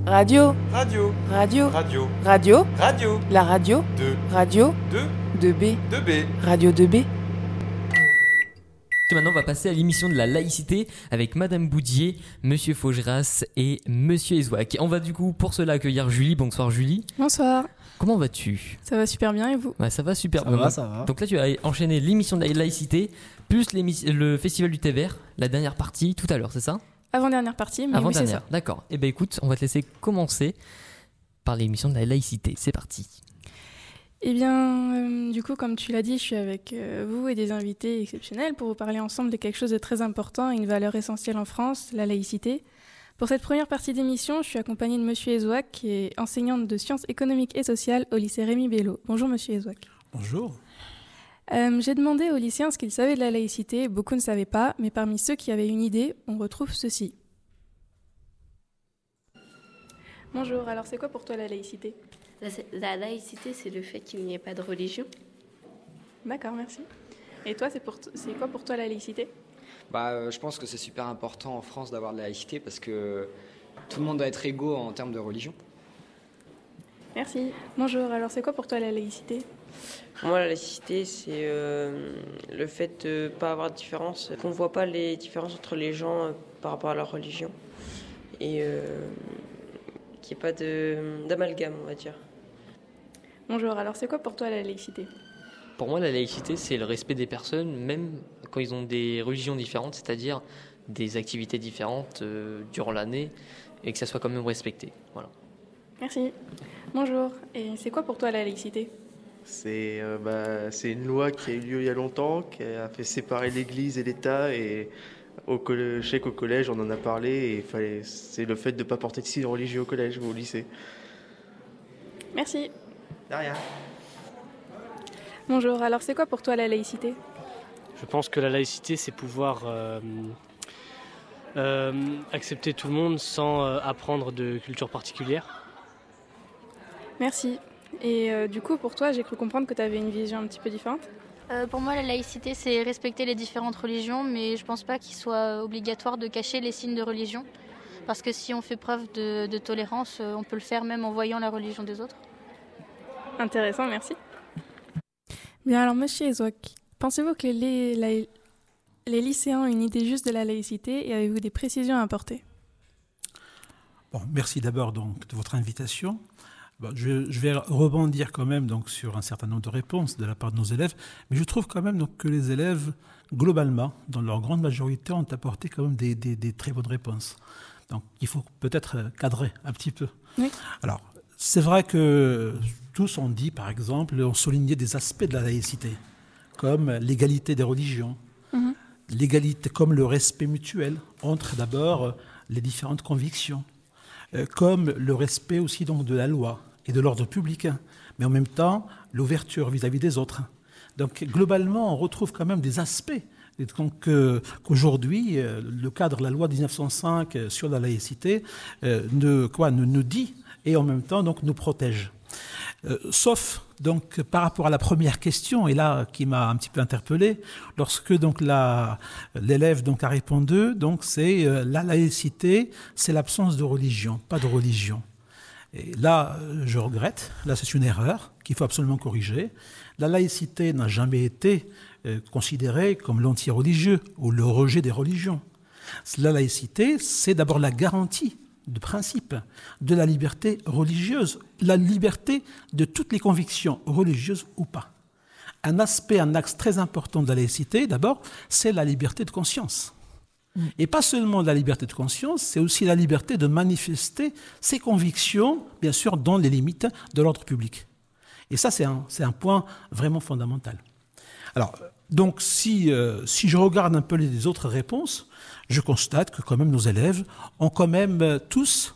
Radio. Radio. Radio. Radio. Radio. Radio. La radio. 2. Radio. 2. 2B. 2B. Radio 2B. Maintenant, on va passer à l'émission de la laïcité avec Madame Boudier, Monsieur Faugeras et Monsieur Ezouak. On va du coup pour cela accueillir Julie. Bonsoir Julie. Bonsoir. Comment vas-tu ? Ça va super bien et vous ? Ouais, ça va super Ça bien. va, ça va. Donc là, tu as enchaîné l'émission de la laïcité plus le festival du thé vert, la dernière partie tout à l'heure, c'est ça ? Avant-dernière partie, mais oui, c'est ça. D'accord. Eh bien écoute, on va te laisser commencer par l'émission de la laïcité. C'est parti. Eh bien, du coup, comme tu l'as dit, je suis avec vous et des invités exceptionnels pour vous parler ensemble de quelque chose de très important et une valeur essentielle en France, la laïcité. Pour cette première partie d'émission, je suis accompagnée de Monsieur Ezouak, qui est enseignante de sciences économiques et sociales au lycée Rémi Bello. Bonjour Monsieur Ezouak. Bonjour. J'ai demandé aux lycéens ce qu'ils savaient de la laïcité. Beaucoup ne savaient pas, mais parmi ceux qui avaient une idée, on retrouve ceci. Bonjour, alors c'est quoi pour toi la laïcité ? La laïcité, c'est le fait qu'il n'y ait pas de religion. D'accord, merci. Et toi, c'est quoi pour toi la laïcité ? Je pense que c'est super important en France d'avoir de la laïcité parce que tout le monde doit être égaux en termes de religion. Merci. Bonjour, alors c'est quoi pour toi la laïcité ? Pour moi, la laïcité, c'est le fait de ne pas avoir de différence, qu'on ne voit pas les différences entre les gens par rapport à leur religion et qu'il n'y ait pas d'amalgame, on va dire. Bonjour, alors c'est quoi pour toi la laïcité ? Pour moi, la laïcité, c'est le respect des personnes, même quand ils ont des religions différentes, c'est-à-dire des activités différentes durant l'année, et que ça soit quand même respecté. Voilà. Merci. Bonjour, et c'est quoi pour toi la laïcité ? C'est une loi qui a eu lieu il y a longtemps, qui a fait séparer l'Église et l'État, et je sais qu'au collège on en a parlé, et c'est le fait de ne pas porter de signe religieux au collège ou au lycée. Merci. De rien. Bonjour, alors c'est quoi pour toi la laïcité ? Je pense que la laïcité, c'est pouvoir accepter tout le monde sans apprendre de culture particulière. Merci. Et du coup, pour toi, j'ai cru comprendre que tu avais une vision un petit peu différente ? Pour moi, la laïcité, c'est respecter les différentes religions, mais je ne pense pas qu'il soit obligatoire de cacher les signes de religion. Parce que si on fait preuve de tolérance, on peut le faire même en voyant la religion des autres. Intéressant, merci. Bien, alors, Monsieur Ezouak, pensez-vous que les lycéens ont une idée juste de la laïcité et avez-vous des précisions à apporter ? Bon, merci d'abord donc de votre invitation. Bon, je vais rebondir quand même donc sur un certain nombre de réponses de la part de nos élèves, mais je trouve quand même donc que les élèves, globalement, dans leur grande majorité, ont apporté quand même des très bonnes réponses. Donc, il faut peut-être cadrer un petit peu. Oui. Alors, c'est vrai que tous ont dit, par exemple, ont souligné des aspects de la laïcité, comme l'égalité des religions, l'égalité comme le respect mutuel entre d'abord les différentes convictions, comme le respect aussi donc de la loi et de l'ordre public, mais en même temps l'ouverture vis-à-vis des autres. Donc globalement, on retrouve quand même des aspects qu'aujourd'hui, le cadre de la loi 1905 sur la laïcité nous dit et en même temps donc nous protège. Sauf donc par rapport à la première question, et là qui m'a un petit peu interpellé, lorsque donc l'élève donc a répondu, donc c'est la laïcité, c'est l'absence de religion, pas de religion. Et là, je regrette, là c'est une erreur qu'il faut absolument corriger. La laïcité n'a jamais été considérée comme l'anti-religieux ou le rejet des religions. La laïcité, c'est d'abord la garantie de principe de la liberté religieuse, la liberté de toutes les convictions religieuses ou pas. Un axe très important de la laïcité, d'abord, c'est la liberté de conscience. Et pas seulement la liberté de conscience, c'est aussi la liberté de manifester ses convictions, bien sûr, dans les limites de l'ordre public. Et ça, c'est un point vraiment fondamental. Alors, donc, si je regarde un peu les autres réponses, je constate que quand même nos élèves ont quand même tous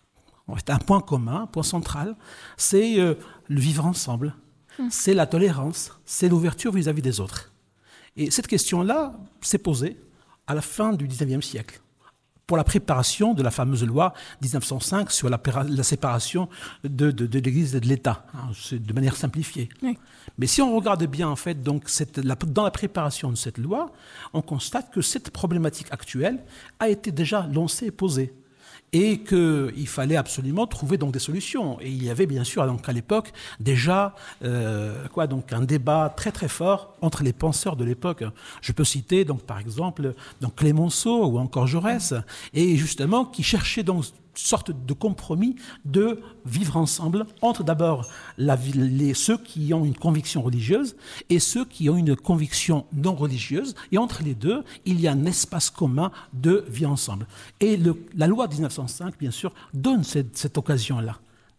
un point commun, un point central, c'est le vivre ensemble, c'est la tolérance, c'est l'ouverture vis-à-vis des autres. Et cette question-là s'est posée à la fin du XIXe siècle, pour la préparation de la fameuse loi 1905 sur la séparation de l'Église et de l'État, de manière simplifiée. Oui. Mais si on regarde bien, en fait, donc dans la préparation de cette loi, on constate que cette problématique actuelle a été déjà lancée et posée. et qu'il fallait absolument trouver donc des solutions. Et il y avait bien sûr donc à l'époque déjà donc un débat très très fort entre les penseurs de l'époque. Je peux citer donc par exemple donc Clémenceau ou encore Jaurès, et justement qui cherchaient donc sorte de compromis de vivre ensemble entre d'abord ceux qui ont une conviction religieuse et ceux qui ont une conviction non religieuse. Et entre les deux, il y a un espace commun de vie ensemble. Et la loi de 1905, bien sûr, donne cette occasion-là.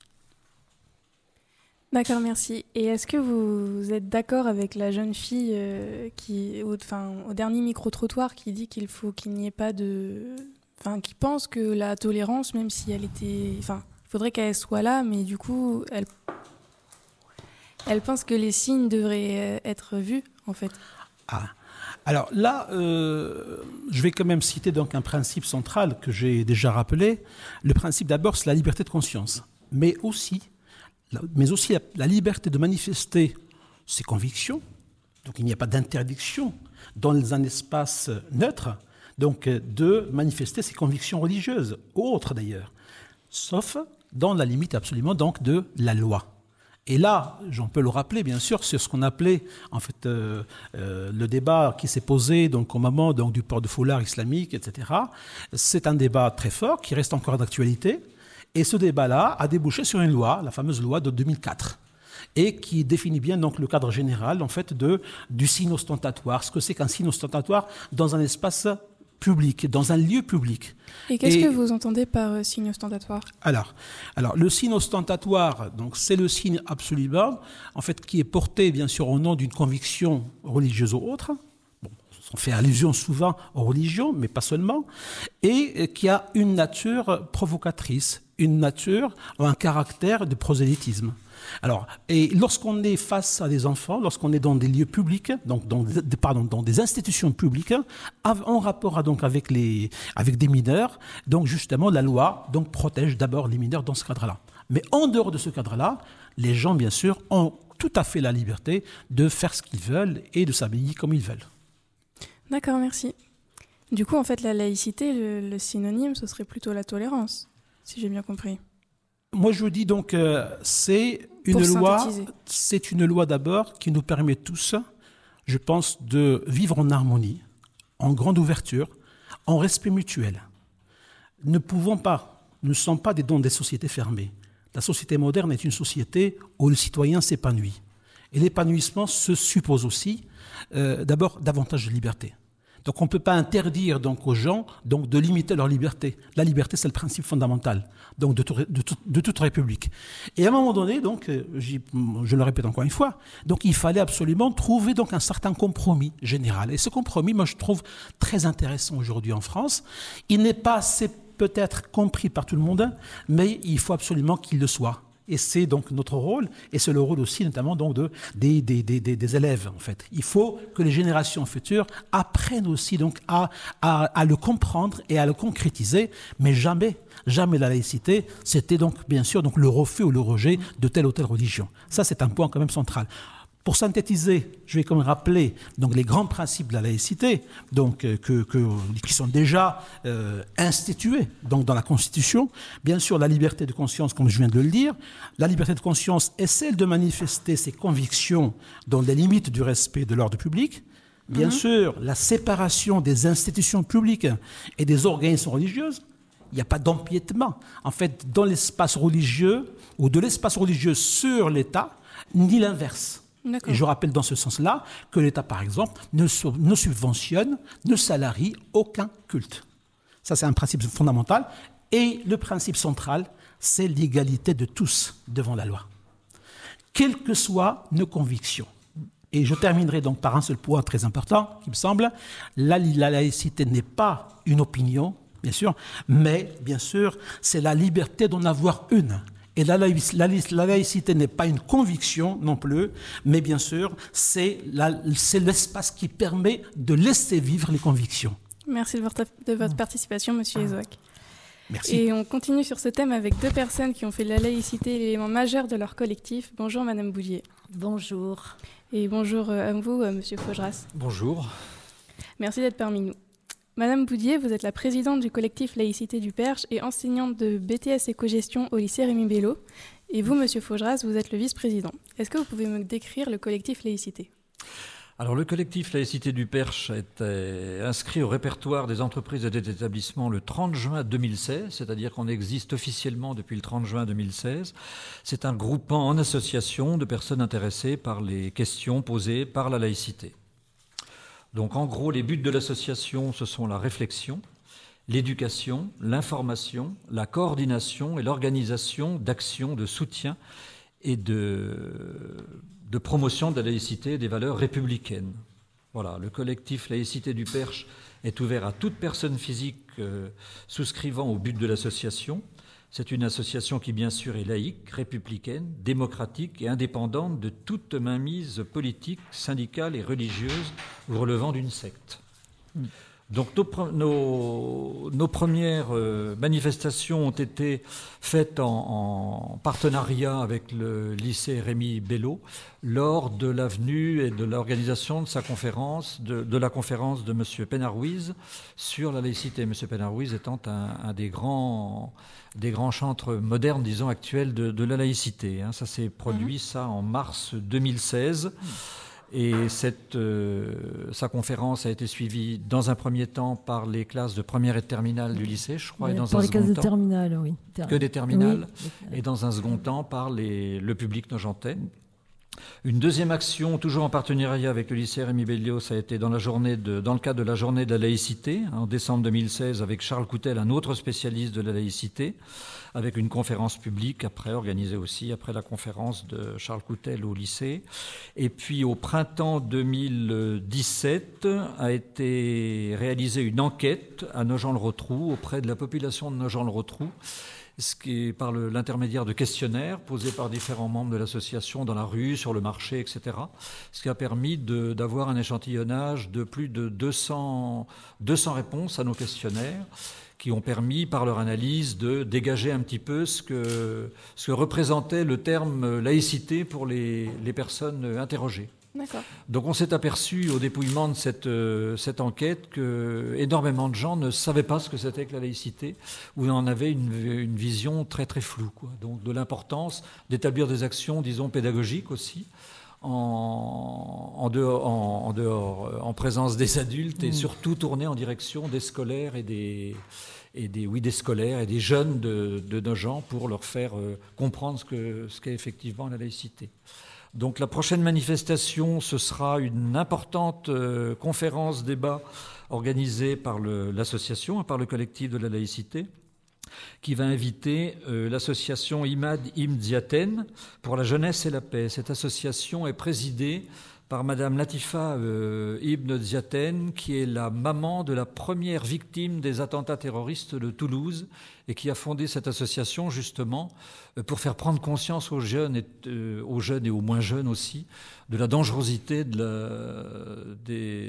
D'accord, merci. Et est-ce que vous êtes d'accord avec la jeune fille au dernier micro-trottoir qui dit qu'il n'y ait pas de... qui pense que la tolérance, même si elle était... il faudrait qu'elle soit là, mais du coup, elle pense que les signes devraient être vus, en fait. Ah. Alors là, je vais quand même citer donc un principe central que j'ai déjà rappelé. Le principe d'abord, c'est la liberté de conscience, mais aussi la liberté de manifester ses convictions. Donc il n'y a pas d'interdiction dans un espace neutre, donc de manifester ses convictions religieuses, ou autres d'ailleurs, sauf dans la limite absolument donc de la loi. Et là, j'en peux le rappeler bien sûr, c'est ce qu'on appelait en fait le débat qui s'est posé donc au moment donc du port de foulard islamique, etc. C'est un débat très fort qui reste encore d'actualité, et ce débat-là a débouché sur une loi, la fameuse loi de 2004. Et qui définit bien donc le cadre général en fait du signe ostentatoire, ce que c'est qu'un signe ostentatoire dans un espace public, dans un lieu public. Et qu'est-ce que vous entendez par signe ostentatoire ? Alors, le signe ostentatoire, donc c'est le signe absolument, en fait, qui est porté bien sûr au nom d'une conviction religieuse ou autre. Bon, on fait allusion souvent aux religions, mais pas seulement, et qui a une nature provocatrice, une nature ou un caractère de prosélytisme. Alors, et lorsqu'on est face à des enfants, lorsqu'on est dans des lieux publics, donc dans des institutions publiques, en rapport donc avec des mineurs, donc justement la loi donc protège d'abord les mineurs dans ce cadre-là. Mais en dehors de ce cadre-là, les gens bien sûr ont tout à fait la liberté de faire ce qu'ils veulent et de s'habiller comme ils veulent. D'accord, merci. Du coup, en fait, la laïcité, le synonyme, ce serait plutôt la tolérance, si j'ai bien compris. Moi, je vous dis donc, c'est une loi d'abord qui nous permet tous, je pense, de vivre en harmonie, en grande ouverture, en respect mutuel. Nous ne sommes pas dans des sociétés fermées. La société moderne est une société où le citoyen s'épanouit. Et l'épanouissement se suppose aussi, d'abord, davantage de liberté. Donc on ne peut pas interdire donc, aux gens donc, de limiter leur liberté. La liberté, c'est le principe fondamental donc, de toute république. Et à un moment donné, donc, je le répète encore une fois, donc, il fallait absolument trouver donc, un certain compromis général. Et ce compromis, moi, je trouve très intéressant aujourd'hui en France. Il n'est pas assez peut-être compris par tout le monde, mais il faut absolument qu'il le soit. Et c'est donc notre rôle, et c'est le rôle aussi notamment donc des élèves en fait. Il faut que les générations futures apprennent aussi donc à le comprendre et à le concrétiser, mais jamais la laïcité, c'était donc bien sûr donc le refus ou le rejet de telle ou telle religion. Ça c'est un point quand même central. Pour synthétiser, je vais quand même rappeler donc, les grands principes de la laïcité donc, qui sont déjà institués donc, dans la Constitution. Bien sûr, la liberté de conscience, comme je viens de le dire. La liberté de conscience est celle de manifester ses convictions dans les limites du respect de l'ordre public. Bien sûr, la séparation des institutions publiques et des organisations religieuses. Il n'y a pas d'empiètement, en fait, dans l'espace religieux ou de l'espace religieux sur l'État, ni l'inverse. D'accord. Et je rappelle dans ce sens-là que l'État, par exemple, ne subventionne, ne salarie aucun culte. Ça, c'est un principe fondamental. Et le principe central, c'est l'égalité de tous devant la loi, quelles que soient nos convictions. Et je terminerai donc par un seul point très important, qui me semble, la laïcité n'est pas une opinion, bien sûr, mais bien sûr, c'est la liberté d'en avoir une. Et la laïcité n'est pas une conviction non plus, mais bien sûr, c'est l'espace qui permet de laisser vivre les convictions. Merci de votre participation, Monsieur Ezoac. Merci. Et on continue sur ce thème avec deux personnes qui ont fait de la laïcité l'élément majeur de leur collectif. Bonjour, Madame Boulier. Bonjour. Et bonjour à vous, Monsieur Faugeras. Bonjour. Merci d'être parmi nous. Madame Boudier, vous êtes la présidente du collectif Laïcité du Perche et enseignante de BTS Éco-Gestion au lycée Rémi Bello. Et vous, Monsieur Faugeras, vous êtes le vice-président. Est-ce que vous pouvez me décrire le collectif Laïcité ? Alors, le collectif Laïcité du Perche a été inscrit au répertoire des entreprises et des établissements le 30 juin 2016, c'est-à-dire qu'on existe officiellement depuis le 30 juin 2016. C'est un groupement en association de personnes intéressées par les questions posées par la laïcité. Donc, en gros, les buts de l'association, ce sont la réflexion, l'éducation, l'information, la coordination et l'organisation d'actions de soutien et de promotion de la laïcité et des valeurs républicaines. Voilà, le collectif Laïcité du Perche est ouvert à toute personne physique souscrivant au but de l'association. C'est une association qui, bien sûr, est laïque, républicaine, démocratique et indépendante de toute mainmise politique, syndicale et religieuse ou relevant d'une secte. Donc nos premières manifestations ont été faites en partenariat avec le lycée Rémi Bello lors de la venue et de l'organisation de sa conférence, de la conférence de M. Penaruiz sur la laïcité. M. Penaruiz étant un des grands chantres modernes, disons, actuels de la laïcité. Ça s'est produit en mars 2016. Et sa conférence a été suivie dans un premier temps par les classes de première et de terminale du lycée, je crois, et dans un second temps... Par les classes de terminale, oui. Que des terminales, oui. Et dans un second temps par le public nogentais. Une deuxième action, toujours en partenariat avec le lycée Rémi Bello, ça a été dans le cadre de la journée de la laïcité, en décembre 2016, avec Charles Coutel, un autre spécialiste de la laïcité, avec une conférence publique organisée aussi après la conférence de Charles Coutel au lycée. Et puis au printemps 2017 a été réalisée une enquête à Nogent-le-Rotrou auprès de la population de Nogent-le-Rotrou, ce qui est par l'intermédiaire de questionnaires posés par différents membres de l'association dans la rue, sur le marché, etc. Ce qui a permis d'avoir un échantillonnage de plus de 200 réponses à nos questionnaires qui ont permis, par leur analyse, de dégager un petit peu ce que représentait le terme laïcité pour les personnes interrogées. D'accord. Donc on s'est aperçu au dépouillement de cette enquête que énormément de gens ne savaient pas ce que c'était que la laïcité, ou en avaient une vision très très floue, quoi. Donc de l'importance d'établir des actions, disons, pédagogiques aussi, en présence des adultes et surtout tournées en direction des scolaires et des scolaires et des jeunes de nos gens pour leur faire comprendre ce qu'est effectivement la laïcité. Donc la prochaine manifestation, ce sera une importante conférence débat organisée par l'association, par le collectif de la laïcité, qui va inviter l'association Imad Ibn Ziaten pour la jeunesse et la paix. Cette association est présidée par Madame Latifa Ibn Ziaten, qui est la maman de la première victime des attentats terroristes de Toulouse et qui a fondé cette association justement pour faire prendre conscience aux jeunes et aux moins jeunes aussi de la dangerosité de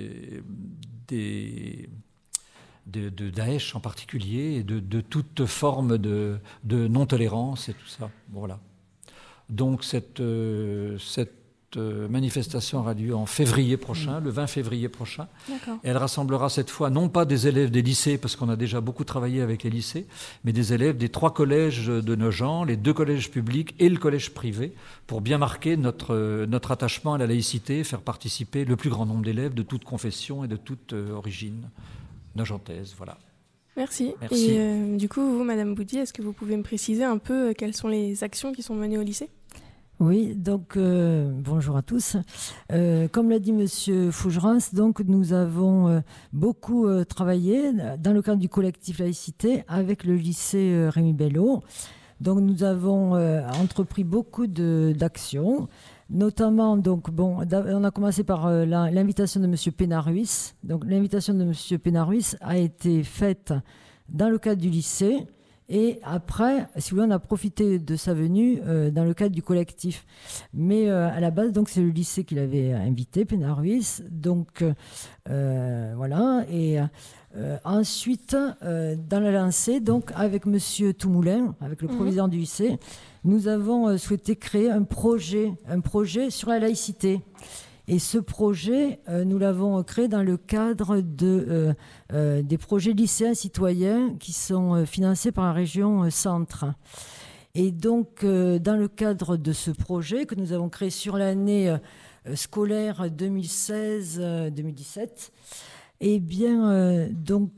Daesh en particulier et de toute forme de non-tolérance et tout ça. Voilà. Donc cette manifestation aura lieu en février prochain, le 20 février prochain. D'accord. Elle rassemblera cette fois non pas des élèves des lycées, parce qu'on a déjà beaucoup travaillé avec les lycées, mais des élèves des 3 collèges de Nogent, les 2 collèges publics et le collège privé, pour bien marquer notre attachement à la laïcité, faire participer le plus grand nombre d'élèves de toute confession et de toute origine nogentaise. Voilà. Merci. Merci. Et du coup, vous, Madame Boudier, est-ce que vous pouvez me préciser un peu quelles sont les actions qui sont menées au lycée ? Oui, donc bonjour à tous. Comme l'a dit Monsieur Faugeras, donc nous avons beaucoup travaillé dans le cadre du collectif laïcité avec le lycée Rémi Bello. Donc nous avons entrepris beaucoup d'actions, notamment on a commencé par l'invitation de Monsieur Penaruiz. Donc l'invitation de Monsieur Penaruiz a été faite dans le cadre du lycée. Et après, si vous voulez, on a profité de sa venue dans le cadre du collectif. Mais à la base, donc, c'est le lycée qui l'avait invité, Penaruiz. Donc, voilà. Et ensuite, dans la lancée, donc, avec Monsieur Toumoulin, avec le proviseur du lycée, nous avons souhaité créer un projet sur la laïcité. Et ce projet, nous l'avons créé dans le cadre des projets lycéens citoyens qui sont financés par la région Centre. Et donc, dans le cadre de ce projet que nous avons créé sur l'année scolaire 2016-2017, eh bien,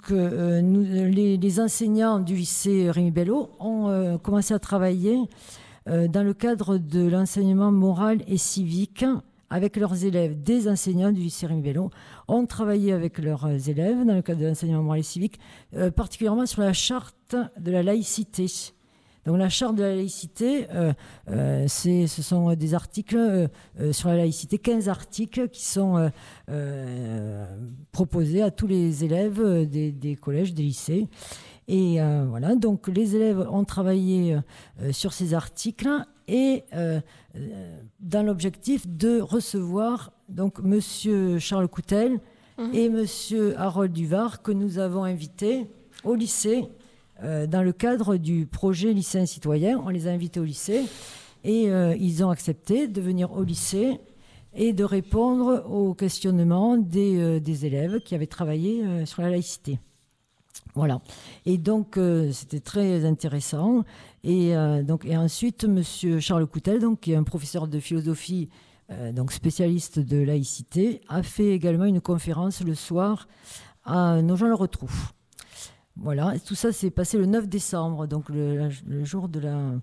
les enseignants du lycée Rémi Bello ont commencé à travailler dans le cadre de l'enseignement moral et civique avec leurs élèves. Des enseignants du lycée Rémi Bello ont travaillé avec leurs élèves dans le cadre de l'enseignement moral et civique, particulièrement sur la charte de la laïcité. Donc la charte de la laïcité, ce sont des articles sur la laïcité, 15 articles qui sont proposés à tous les élèves des collèges, des lycées. Et voilà, donc les élèves ont travaillé sur ces articles et dans l'objectif de recevoir donc Monsieur Charles Coutel et Monsieur Harold Duvar que nous avons invités au lycée dans le cadre du projet lycéen citoyen. On les a invités au lycée et ils ont accepté de venir au lycée et de répondre aux questionnements des élèves qui avaient travaillé sur la laïcité. Voilà. Et donc, c'était très intéressant. Et ensuite, M. Charles Coutel, donc, qui est un professeur de philosophie, donc spécialiste de laïcité, a fait également une conférence le soir à Nogent-le-Rotrou. Voilà. Et tout ça s'est passé le 9 décembre, donc le jour de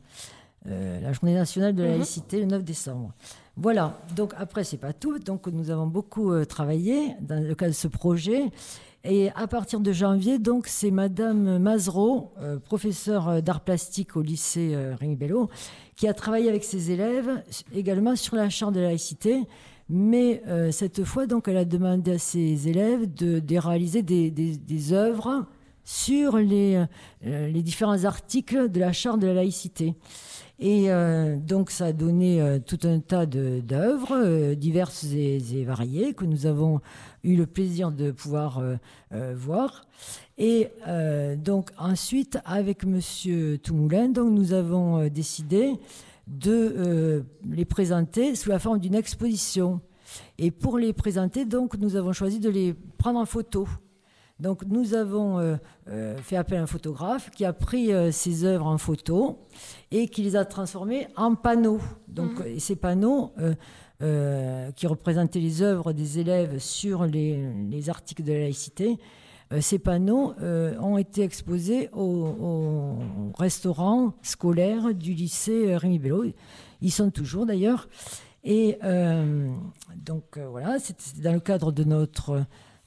la journée nationale de la laïcité, le 9 décembre. Voilà. Donc, après, c'est pas tout. Donc, nous avons beaucoup travaillé dans le cadre de ce projet. Et à partir de janvier, donc, c'est Madame Mazereau, professeure d'art plastique au lycée Rémi Bello, qui a travaillé avec ses élèves également sur la charte de la laïcité. Mais cette fois, donc, elle a demandé à ses élèves de réaliser des œuvres sur les différents articles de la charte de la laïcité. Et donc, ça a donné tout un tas d'œuvres diverses et variées que nous avons eu le plaisir de pouvoir voir. Et donc, ensuite, avec Monsieur Toumoulin, donc, nous avons décidé de les présenter sous la forme d'une exposition. Et pour les présenter, donc, nous avons choisi de les prendre en photo. Donc, nous avons fait appel à un photographe qui a pris ces œuvres en photo et qui les a transformées en panneaux. Donc, et ces panneaux qui représentaient les œuvres des élèves sur les articles de la laïcité, ces panneaux ont été exposés au restaurant scolaire du lycée Rémi Bello. Ils sont toujours d'ailleurs. Et donc, voilà, c'était dans le cadre de notre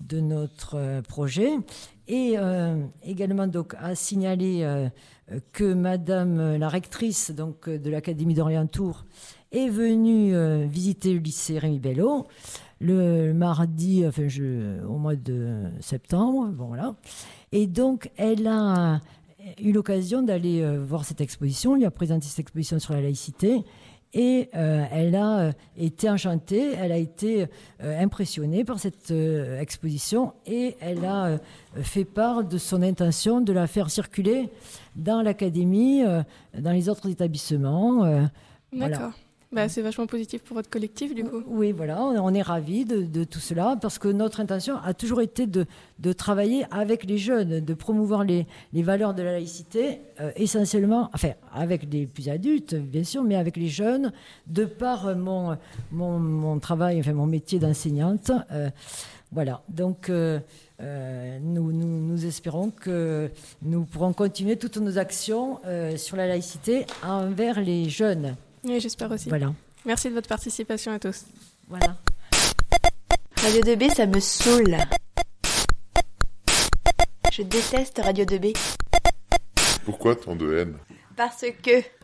projet. Et également donc, à signaler que Madame la rectrice donc, de l'Académie d'Orient-Tours est venue visiter le lycée Rémi Bello le mardi, au mois de septembre. Bon, voilà. Et donc, elle a eu l'occasion d'aller voir cette exposition, lui a présenté cette exposition sur la laïcité. Et elle a été enchantée, elle a été impressionnée par cette exposition et elle a fait part de son intention de la faire circuler dans l'académie, dans les autres établissements. D'accord. Voilà. Bah, c'est vachement positif pour votre collectif, du coup. Oui, voilà, on est ravis de tout cela parce que notre intention a toujours été de travailler avec les jeunes, de promouvoir les valeurs de la laïcité, essentiellement, enfin, avec les plus adultes, bien sûr, mais avec les jeunes, de par mon travail, enfin, mon métier d'enseignante. Voilà, donc nous espérons que nous pourrons continuer toutes nos actions sur la laïcité envers les jeunes. Oui, j'espère aussi. Voilà. Merci de votre participation à tous. Voilà. Radio 2B, ça me saoule. Je déteste Radio 2B. Pourquoi tant de haine ? Parce que...